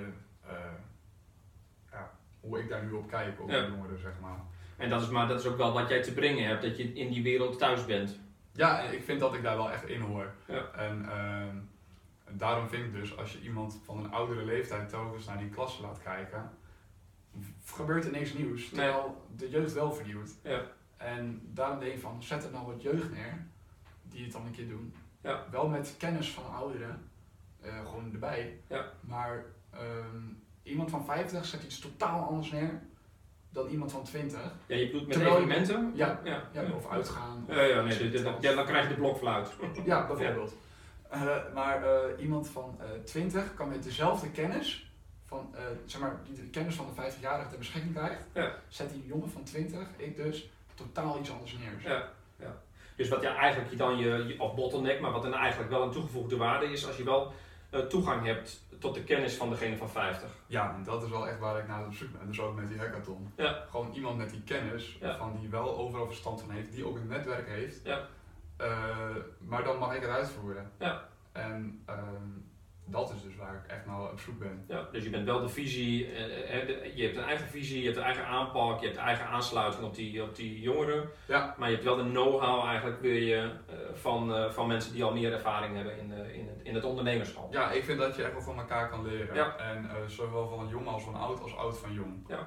hoe ik daar nu op kijk, op de jongeren, zeg maar. En dat is ook wel wat jij te brengen hebt, dat je in die wereld thuis bent. Ja, ik vind dat ik daar wel echt in hoor. Ja. En daarom vind ik dus, als je iemand van een oudere leeftijd telkens naar die klasse laat kijken, gebeurt er niks nieuws, terwijl de jeugd wel vernieuwt. Ja. En daarom denk ik van, zet er nou wat jeugd neer, die het dan een keer doen. Ja. Wel met kennis van ouderen, gewoon erbij. Ja. Maar iemand van 50 zet iets totaal anders neer dan iemand van 20. Ja, je bedoelt met Terwijl evenementen? Ja, of uitgaan. Dan krijg je de blokfluit. Ja, bijvoorbeeld. Maar iemand van 20 kan met dezelfde kennis, zeg maar, die de kennis van de 50-jarige ter beschikking krijgt, zet die jongen van 20, ik dus, totaal iets anders neer. Ja. Dus wat eigenlijk dan je of bottleneck, maar wat dan eigenlijk wel een toegevoegde waarde is, als je wel toegang hebt tot de kennis van degene van 50. Ja, en dat is wel echt waar ik naar op zoek ben. Dus ook met die hackathon. Ja. Gewoon iemand met die kennis, van die wel overal verstand van heeft, die ook een netwerk heeft. Ja. Maar dan mag ik het uitvoeren. Ja. En dat is dus waar ik echt naar op zoek ben. Ja, dus je bent wel de visie, je hebt een eigen visie, je hebt een eigen aanpak, je hebt een eigen aansluiting op die jongeren. Ja. Maar je hebt wel de know-how eigenlijk van mensen die al meer ervaring hebben in het ondernemerschap. Ja, ik vind dat je echt wel van elkaar kan leren. Ja. En zowel van een jong als van oud, als oud van jong. Ja.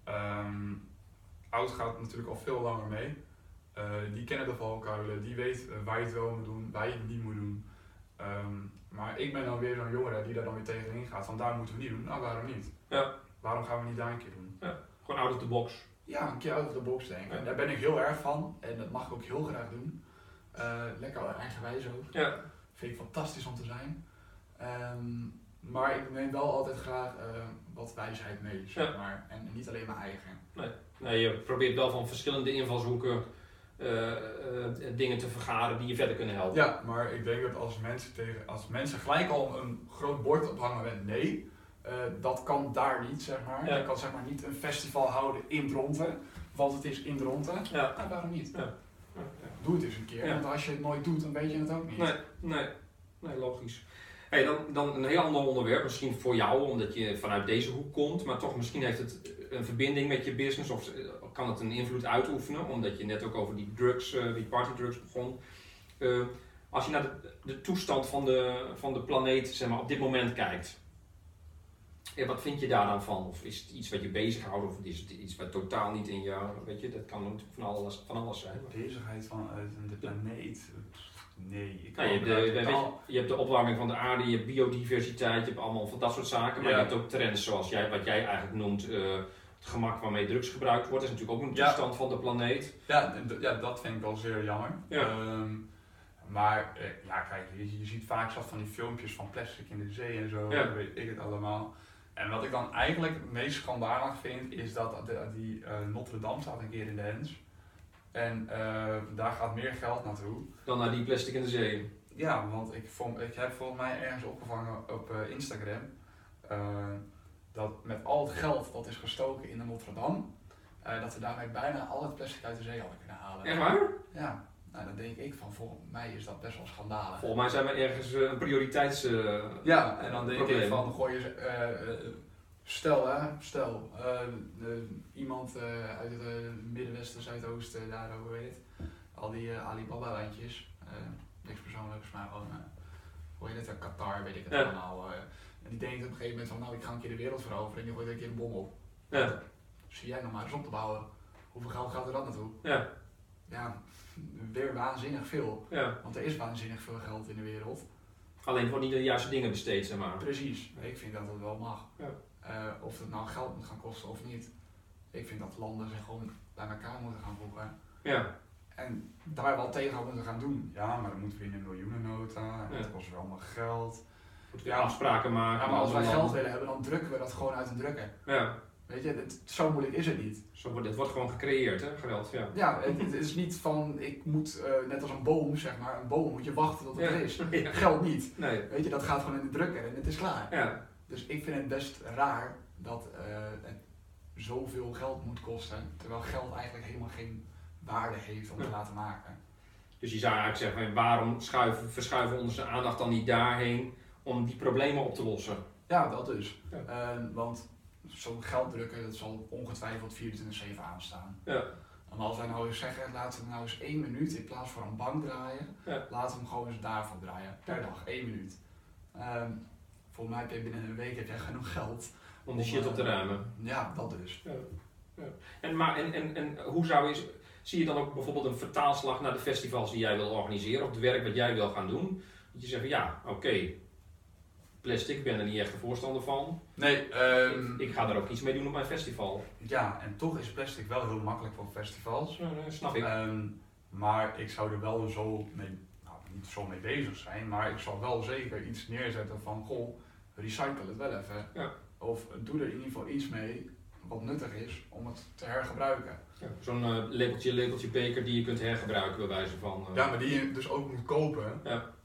Oud gaat natuurlijk al veel langer mee. Die kennen de valkuilen, die weet waar je het wel moet doen, waar je het niet moet doen. Maar ik ben dan weer zo'n jongere die daar dan weer tegenin gaat van daar moeten we niet doen. Nou, waarom niet? Ja. Waarom gaan we niet daar een keer doen? Ja. Gewoon out of the box. Ja, een keer out of the box denken. Ja. En daar ben ik heel erg van en dat mag ik ook heel graag doen. Lekker eigenwijs ook. Ja. Vind ik fantastisch om te zijn. Maar ik neem wel altijd graag wat wijsheid mee, zeg maar. En niet alleen mijn eigen. Nee, je probeert wel van verschillende invalshoeken dingen te vergaren die je verder kunnen helpen. Ja, maar ik denk dat als mensen gelijk al een groot bord ophangen met nee, dat kan daar niet, zeg maar. Ja. Je kan zeg maar niet een festival houden in Dronten, want het is in Dronten. Ja. Nou, waarom niet? Ja. Doe het eens een keer, want als je het nooit doet, dan weet je het ook niet. Nee, logisch. Hey, dan een heel ander onderwerp, misschien voor jou, omdat je vanuit deze hoek komt, maar toch misschien heeft het een verbinding met je business of kan het een invloed uitoefenen, omdat je net ook over die drugs, die partydrugs begon. Als je naar de toestand van de planeet, zeg maar, op dit moment kijkt, wat vind je daar dan van? Of is het iets wat je bezighoudt of is het iets wat totaal niet in jou, weet je, dat kan natuurlijk van alles zijn. Maar... Bezigheid van de planeet. Nee, je hebt de opwarming van de aarde, je hebt biodiversiteit, je hebt allemaal van dat soort zaken. Maar je hebt ook trends zoals wat jij eigenlijk noemt, het gemak waarmee drugs gebruikt wordt. Dat is natuurlijk ook een toestand van de planeet. Ja, dat vind ik wel zeer jammer. Ja. Maar kijk, je ziet vaak zat van die filmpjes van plastic in de zee en zo, weet ik het allemaal. En wat ik dan eigenlijk het meest schandalig vind, is dat die Notre Dame staat een keer in de Hens. En daar gaat meer geld naartoe. Dan naar die plastic in de zee. Ja, want ik heb volgens mij ergens opgevangen op Instagram dat met al het geld dat is gestoken in de Notre Dame, dat we daarmee bijna al het plastic uit de zee hadden kunnen halen. Echt waar? Ja, nou dan denk ik van volgens mij is dat best wel schandalig. Volgens mij zijn we ergens een prioriteits ja, en dan denk probleem. Ik van gooi je Stel, iemand uit het Middenwesten, Zuidoosten, daar hoe heet het, al die Alibaba-lijntjes, niks persoonlijks, maar gewoon, hoe heet het, Qatar, weet ik het allemaal. En die denkt op een gegeven moment van, nou ik ga een keer de wereld veroveren en die gooit een keer een bom op. Ja. Zie jij nog maar eens op te bouwen, hoeveel geld gaat er dan naartoe? Ja. ja, weer waanzinnig veel. Ja. Want er is waanzinnig veel geld in de wereld. Alleen het wordt niet de juiste dingen besteed, zeg maar. Precies, ik vind dat wel mag. Ja. Of het nou geld moet gaan kosten of niet. Ik vind dat landen zich gewoon bij elkaar moeten gaan voegen. Ja. En daar wel tegen moeten gaan doen. Ja, maar dan moeten we in een miljoenennota. En dat kost weer allemaal geld. Moeten we afspraken maken. Ja, maar als wij geld willen hebben, dan drukken we dat gewoon uit een drukker. Ja. Weet je, zo moeilijk is het niet. Het wordt gewoon gecreëerd, hè, geld. Ja, ja het is niet van, ik moet, net als een boom, zeg maar, een boom moet je wachten tot het er is. Ja. Geld niet. Nee. Weet je, dat gaat gewoon in de drukker en het is klaar. Ja. Dus ik vind het best raar dat het zoveel geld moet kosten, terwijl geld eigenlijk helemaal geen waarde heeft om te laten maken. Dus je zou eigenlijk zeggen, waarom verschuiven we onze aandacht dan niet daarheen om die problemen op te lossen? Ja, dat dus. Ja. Want zo'n gelddrukker, dat zal ongetwijfeld 24/7 aanstaan. Ja. En als wij nou eens zeggen, laten we nou eens 1 minuut in plaats van een bank draaien, laten we hem gewoon eens daarvoor draaien. Per dag, 1 minuut. Volgens mij heb je binnen een week heb je genoeg geld. Om die shit op te ruimen. Ja, dat dus. Ja. Ja. En hoe zie je dan ook bijvoorbeeld een vertaalslag naar de festivals die jij wil organiseren of het werk wat jij wil gaan doen? Dat je zegt, ja, oké, plastic, ik ben er niet echt een voorstander van. Nee, ik ga daar ook iets mee doen op mijn festival. Ja, en toch is plastic wel heel makkelijk voor festivals. Snap ik. Maar ik zou er wel zo mee, nou niet zo mee bezig zijn, maar ik zal wel zeker iets neerzetten van, goh, recycle het wel even. Ja. Of doe er in ieder geval iets mee wat nuttig is om het te hergebruiken. Ja, zo'n lepeltje beker die je kunt hergebruiken bij wijze van. Ja, maar die je dus ook moet kopen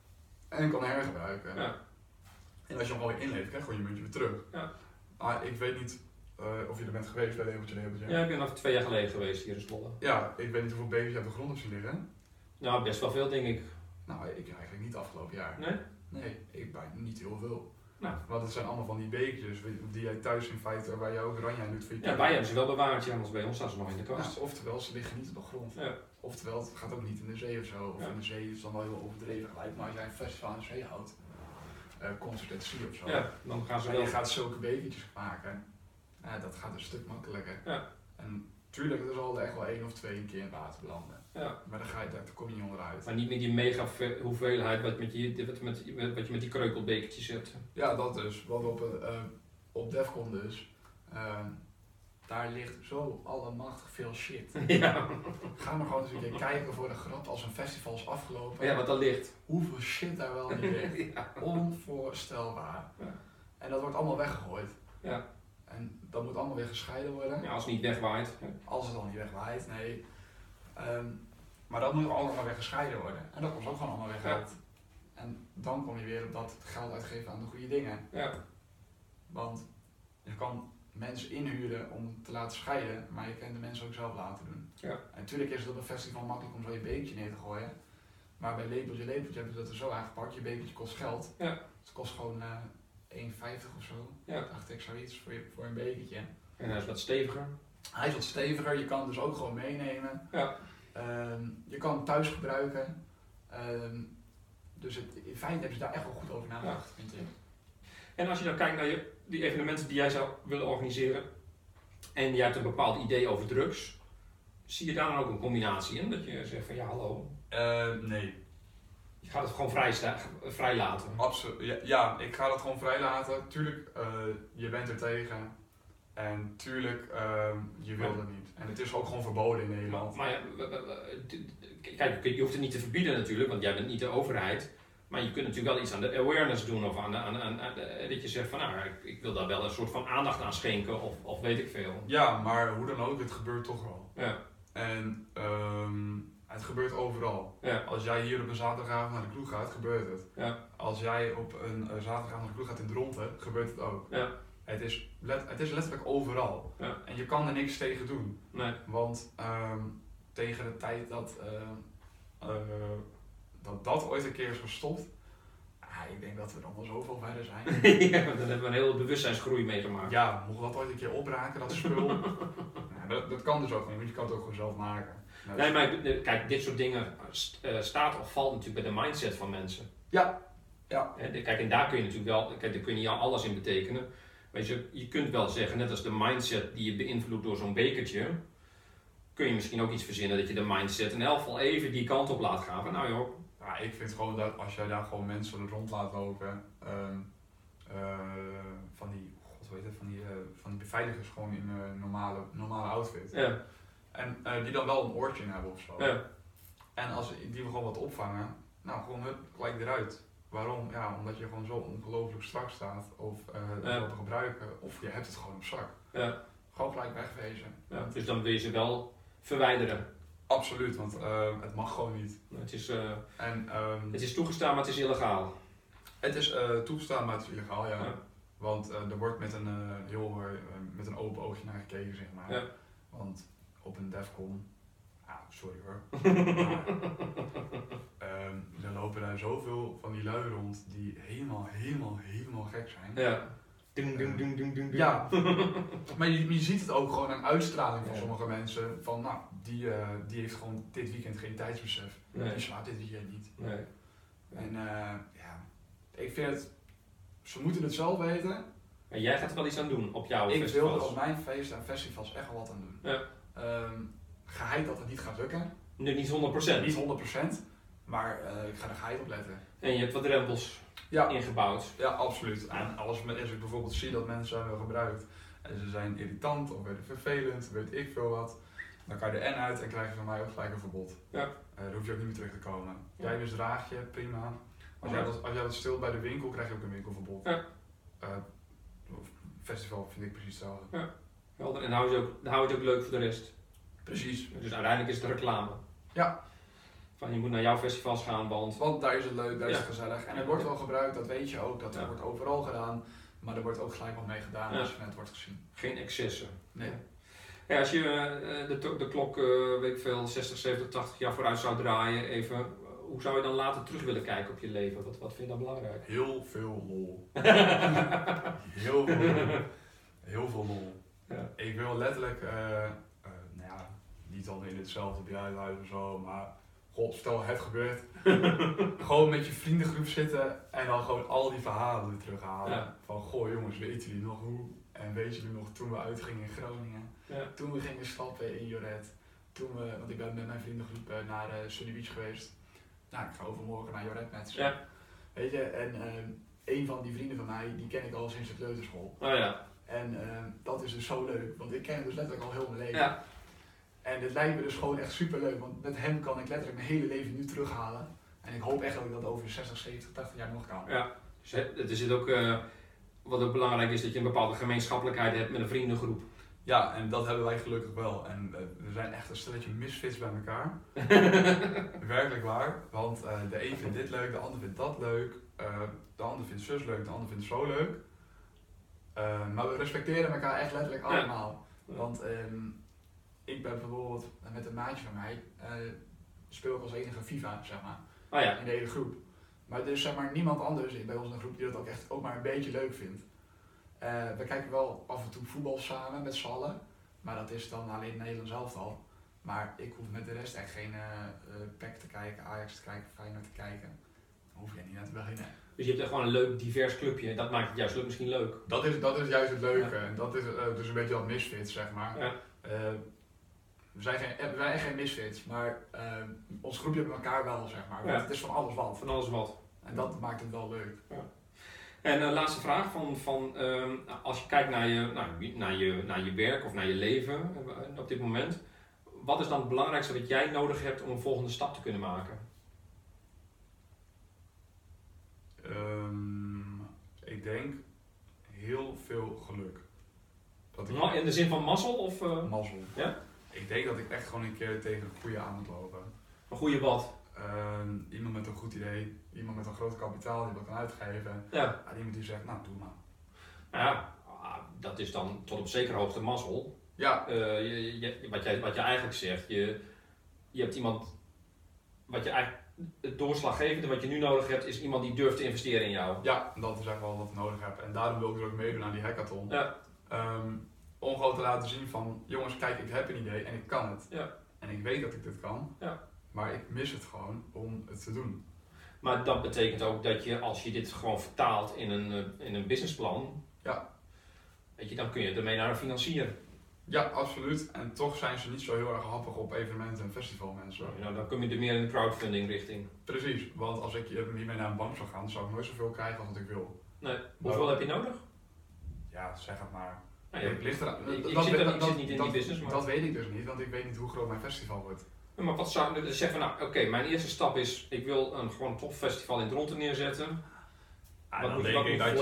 en kan hergebruiken. Ja. En als je hem gewoon inlevert, krijg je gewoon je muntje weer terug. Ja. Maar ik weet niet of je er bent geweest bij Lepeltje. Ja, ik ben al 2 jaar geleden geweest hier in Zwolle. Ja, ik weet niet hoeveel bekers je op de grond hebt zien liggen. Nou, best wel veel denk ik. Nou, ik eigenlijk niet afgelopen jaar. Nee? Nee, ik bijna niet heel veel. Nou. Want het zijn allemaal van die bekertjes die jij thuis in feite, waar je ook oranje aan doet voor je Ja, wij hebben ze wel bewaard, ja, anders bij ons staan ze nog in de kast. Ja, oftewel, ze liggen niet op de grond. Ja. Oftewel, het gaat ook niet in de zee of zo. Of in de zee is dan wel heel overdreven gelijk. Maar als jij een festival aan de zee houdt, Concert at Sea of zo. Ja, dan gaan ze en wel. je gaat zulke bekertjes maken. Dat gaat een stuk makkelijker. Ja. En tuurlijk, er zal er echt wel 1 of 2 een keer in het water belanden. Ja. Maar daar kom je niet onderuit. Maar niet met die mega hoeveelheid wat je met die kreukelbekertjes hebt. Ja, dat dus. Want op Defcon dus, daar ligt zo allemachtig veel shit. Ja. Ga maar gewoon eens een keer kijken voor de grap als een festival is afgelopen. Ja, wat er ligt. Hoeveel shit daar wel niet ligt. Ja. Onvoorstelbaar. Ja. En dat wordt allemaal weggegooid. Ja. En dat moet allemaal weer gescheiden worden. Ja, als het niet wegwaait. Als het al niet wegwaait, nee. Maar dat moet allemaal weer gescheiden worden. En dat kost ook gewoon allemaal weer geld. En dan kom je weer op dat geld uitgeven aan de goede dingen. Ja. Want je kan mensen inhuren om te laten scheiden, maar je kan de mensen ook zelf laten doen. Ja. En natuurlijk is het op een festival makkelijk om zo je bekertje neer te gooien. Maar bij Lepeltje hebben ze dat er zo aangepakt. Je bekertje kost geld. Ja. Het kost gewoon 1,50 of zo. Ja. Dacht ik zoiets voor een bekertje. En hij is wat steviger. Hij is wat steviger, je kan hem dus ook gewoon meenemen. Ja. Je kan hem thuis gebruiken. Dus in feite hebben ze daar echt wel goed over nagedacht, vind ik. En als je dan kijkt naar die evenementen die jij zou willen organiseren en je hebt een bepaald idee over drugs, zie je daar dan ook een combinatie in? Dat je zegt van ja hallo. Nee. Je gaat het gewoon vrij laten. Absoluut. Ja, ik ga dat gewoon vrij laten. Tuurlijk, je bent er tegen. En tuurlijk, je wil het niet. En het is ook gewoon verboden in Nederland. Maar ja, kijk, je hoeft het niet te verbieden natuurlijk, want jij bent niet de overheid. Maar je kunt natuurlijk wel iets aan de awareness doen of aan dat je zegt van nou, ik wil daar wel een soort van aandacht aan schenken of weet ik veel. Ja, maar hoe dan ook, het gebeurt toch wel. Ja. En het gebeurt overal. Ja. Als jij hier op een zaterdagavond naar de kroeg gaat, gebeurt het. Ja. Als jij op een zaterdagavond naar de kroeg gaat in Dronten, gebeurt het ook. Ja. Het is letterlijk overal. Ja. En je kan er niks tegen doen. Nee. Want tegen de tijd dat ooit een keer is gestopt, ik denk dat we dan wel zoveel verder zijn. Ja, dan hebben we een hele bewustzijnsgroei meegemaakt. Ja, mocht dat ooit een keer opraken, dat spul. Dat kan dus ook niet, want je kan het ook gewoon zelf maken. Nee, maar kijk, dit soort dingen staat of valt natuurlijk bij de mindset van mensen. Ja. Ja. Kijk, en daar kun je natuurlijk wel, kijk, daar kun je niet alles in betekenen. Weet je kunt wel zeggen, net als de mindset die je beïnvloedt door zo'n bekertje, kun je misschien ook iets verzinnen dat je de mindset in elk geval even die kant op laat gaan. Van, nou joh, Ja, ik vind gewoon dat als jij daar gewoon mensen rond laat lopen, van die, god weet het, van die beveiligers gewoon in een normale outfit. ja, En die dan wel een oortje in hebben of zo. ja, En als die we gewoon wat opvangen, nou gewoon hup, gelijk eruit. Waarom? Ja, omdat je gewoon zo ongelooflijk strak staat of Ja. wat te gebruiken, of je hebt het gewoon op zak. ja, Gewoon gelijk wegwezen. ja. Dus dan wil je ze wel verwijderen. Absoluut, want het mag gewoon niet. Het En is toegestaan, maar het is illegaal. het is toegestaan, maar het is illegaal, ja. Ja. Want er wordt met met een open oogje naar gekeken, zeg maar. Ja. Want op een Defcon, sorry hoor, maar, er lopen daar zoveel van die lui rond die helemaal gek zijn. Ja. Ding, ding, ding, ding, ding, ding. Ja, maar je ziet het ook gewoon aan uitstraling van Ja. sommige mensen. Van nou, die heeft gewoon dit weekend geen tijdsbesef. Nee. Die slaapt dit weekend niet. Nee. En ja, ik vind het, ze moeten het zelf weten. En jij gaat er wel iets aan doen op jouw Ik festivals. wil er op mijn feesten en festivals echt wel wat aan doen. Ja. Geheid dat het niet gaat lukken. Nu niet 100%. Niet 100%, maar ik ga er geheid op letten. En je hebt wat drempels Ja, ingebouwd. ja, absoluut. En als ik bijvoorbeeld zie dat mensen hebben gebruikt en ze zijn irritant of werden vervelend, weet ik veel wat, dan kan je er uit en krijg je van mij ook gelijk een verbod. Ja. Dan hoef je ook niet meer terug te komen. Ja. Jij misdraag je, prima. Als jij dat stil bij de winkel, krijg je ook een winkelverbod. Ja. Festival vind ik precies hetzelfde. Helder. En dan hou je het ook leuk voor de rest. Precies. Dus uiteindelijk is het reclame. Ja. Van je moet naar jouw festivals gaan, Want daar is het leuk, daar is Ja. het gezellig. En het wordt wel gebruikt, dat weet je ook. Dat Ja. wordt overal gedaan. Maar er wordt ook gelijk wat mee gedaan Ja. als het wordt gezien. geen excessen. Nee. Ja, als je de klok, weet ik veel, 60, 70, 80 jaar vooruit zou draaien, even, hoe zou je dan later terug willen kijken op je leven? Wat vind je dan belangrijk? Heel veel lol. Heel veel lol. Heel veel lol. Ja. Ik wil letterlijk, nou ja, niet dan in hetzelfde bijhuis of zo, maar god, stel het gebeurt. Gewoon met je vriendengroep zitten en dan gewoon al die verhalen weer terughalen. Ja. Van goh jongens, weten jullie nog hoe? En weet jullie nog toen we uitgingen in Groningen? Ja. Toen we gingen stappen in Joret. Want ik ben met mijn vriendengroep naar Sunny Beach geweest. Nou, ik ga overmorgen naar Joret met ze. Ja. Weet je, en een van die vrienden van mij, die ken ik al sinds de kleuterschool. Oh ja. En dat is dus zo leuk, want ik ken hem dus letterlijk al heel mijn leven. Ja. En het lijkt me dus gewoon echt super leuk, want met hem kan ik letterlijk mijn hele leven nu terughalen. En ik hoop echt dat ik dat over 60, 70, 80 jaar nog kan. Ja. Dus er zit ook, wat ook belangrijk is, dat je een bepaalde gemeenschappelijkheid hebt met een vriendengroep. Ja, en dat hebben wij gelukkig wel. En we zijn echt een stelletje misfits bij elkaar. Werkelijk waar. Want de een vindt dit leuk, de ander vindt dat leuk. De ander vindt zus leuk, de ander vindt zo leuk. Maar we respecteren elkaar echt letterlijk Ja. allemaal. Want ik ben bijvoorbeeld met een maatje van mij, speel ik als enige FIFA, zeg maar. Oh ja. In de hele groep. Maar er is zeg maar niemand anders bij ons in de groep die dat ook echt ook maar een beetje leuk vindt. We kijken wel af en toe voetbal samen met z'n allen. Maar dat is dan alleen Nederland zelf al. Maar ik hoef met de rest echt geen PEC te kijken, Ajax te kijken, Feyenoord te kijken. Daar hoef je niet aan te beginnen. Dus je hebt er gewoon een leuk, divers clubje. Dat maakt het juist misschien leuk. Dat is juist het leuke. En dat is dus een beetje wat misfits, zeg maar. Ja. We zijn echt geen misfits, maar ons groepje met elkaar wel, zeg maar. Want Ja. het is van alles wat. Van alles wat. En dat maakt het wel leuk. En laatste vraag als je kijkt naar je werk of naar je leven op dit moment. Wat is dan het belangrijkste wat jij nodig hebt om een volgende stap te kunnen maken? Ik denk heel veel geluk. Dat In de zin van mazzel of mazzel. Ja? Ik denk dat ik echt gewoon een keer tegen een goede aan moet lopen. een goede wat? Iemand met een goed idee, iemand met een groot kapitaal die dat kan uitgeven. Ja. En iemand die zegt, nou doe maar. Ja, dat is dan tot op zekere hoogte mazzel. Ja, Wat je eigenlijk zegt, je hebt iemand, wat je eigenlijk, het doorslaggevende wat je nu nodig hebt, is iemand die durft te investeren in jou. ja, dat is echt wel wat ik nodig heb. En daarom wil ik er ook meedoen aan die hackathon. Ja. Om gewoon te laten zien van, jongens kijk, ik heb een idee en ik kan het. Ja. En ik weet dat ik dit kan. Ja. Maar ik mis het gewoon om het te doen. Maar dat betekent ook dat je, als je dit gewoon vertaalt in een businessplan, Ja. weet je, dan kun je ermee naar een financier. Ja, absoluut. En toch zijn ze niet zo heel erg happig op evenementen en festivalmensen. Nou, dan kom je er meer in de crowdfunding richting. Precies, want als ik hiermee naar een bank zou gaan, zou ik nooit zoveel krijgen als wat ik wil. Nee. Hoeveel heb je nodig? Ja, zeg het maar. Nou, ja, Ligt eraan. ik zit niet in die business. Maar... Dat weet ik dus niet, want ik weet niet hoe groot mijn festival wordt. Ja, maar wat zou ik dus zeggen van, nou oké, mijn eerste stap is, ik wil een gewoon topfestival in Dronten neerzetten. Dan denk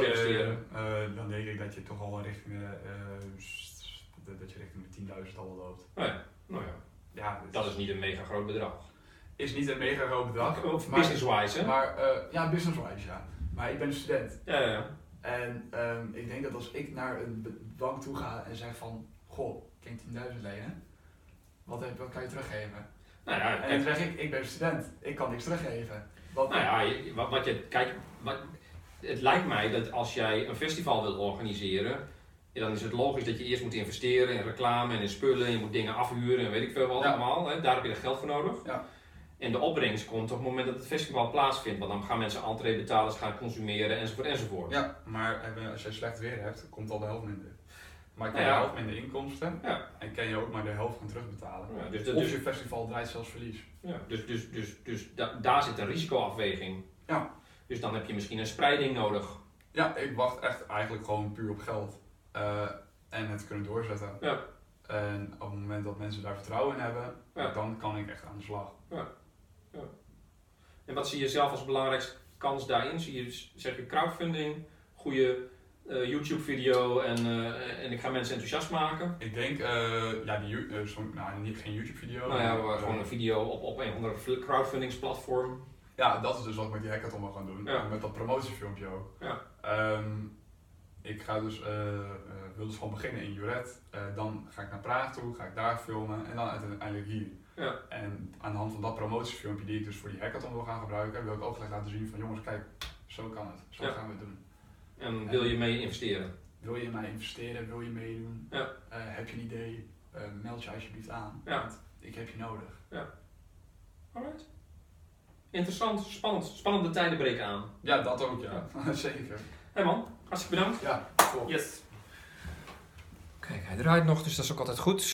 ik dat je toch al richting de 10.000 al loopt. Nou ja, dat is niet een mega groot bedrag. Is niet een mega groot bedrag. Of business-wise, hè? Maar ja, business-wise, ja. Maar ik ben student. Ja. En ik denk dat als ik naar een bank toe ga en zeg van, goh, kan je 10.000 lenen? Wat kan je teruggeven? Nou ja, en dan zeg ik ben student, ik kan niks teruggeven. Het lijkt mij dat als jij een festival wil organiseren, dan is het logisch dat je eerst moet investeren in reclame en in spullen, je moet dingen afhuren en weet ik veel wat allemaal. Hè? Daar heb je er geld voor nodig. Ja. En de opbrengst komt op het moment dat het festival plaatsvindt, want dan gaan mensen entree betalen, ze gaan consumeren enzovoort. Ja, maar als je slecht weer hebt, komt al de helft minder. Maar kan je de helft minder inkomsten en kan je ook maar de helft gaan terugbetalen. Ja, of je festival draait zelfs verlies. Ja, dus daar zit een risicoafweging. Ja. Dus dan heb je misschien een spreiding nodig. Ja, ik wacht echt eigenlijk gewoon puur op geld. En het kunnen doorzetten. Ja. En op het moment dat mensen daar vertrouwen in hebben, dan kan ik echt aan de slag. Ja. En wat zie je zelf als belangrijkste kans daarin? Zeg je crowdfunding, goede YouTube-video en ik ga mensen enthousiast maken? Ik denk, geen YouTube-video. Nou ja, gewoon een video op een of andere crowdfundingsplatform. Ja, dat is dus wat ik met die hackathon wil gaan doen. Ja. Met dat promotiefilmpje ook. Ja. Ik ga wil dus gewoon beginnen in Juret. Dan ga ik naar Praag toe, ga ik daar filmen en dan uiteindelijk hier. Ja. En aan de hand van dat promotiefilmpje die ik dus voor die hackathon wil gaan gebruiken, wil ik ook gelijk laten zien van jongens, kijk, zo kan het. Zo gaan we het doen. En wil je mee investeren? Wil je in mij investeren? Wil je meedoen? Ja. Heb je een idee? Meld je alsjeblieft aan. Ja. Want ik heb je nodig. Ja. Alright. Interessant, spannende tijden breken aan. Ja, dat ook, ja. Zeker. Hey man, hartstikke bedankt. Ja, yes. Kijk, hij draait nog, dus dat is ook altijd goed.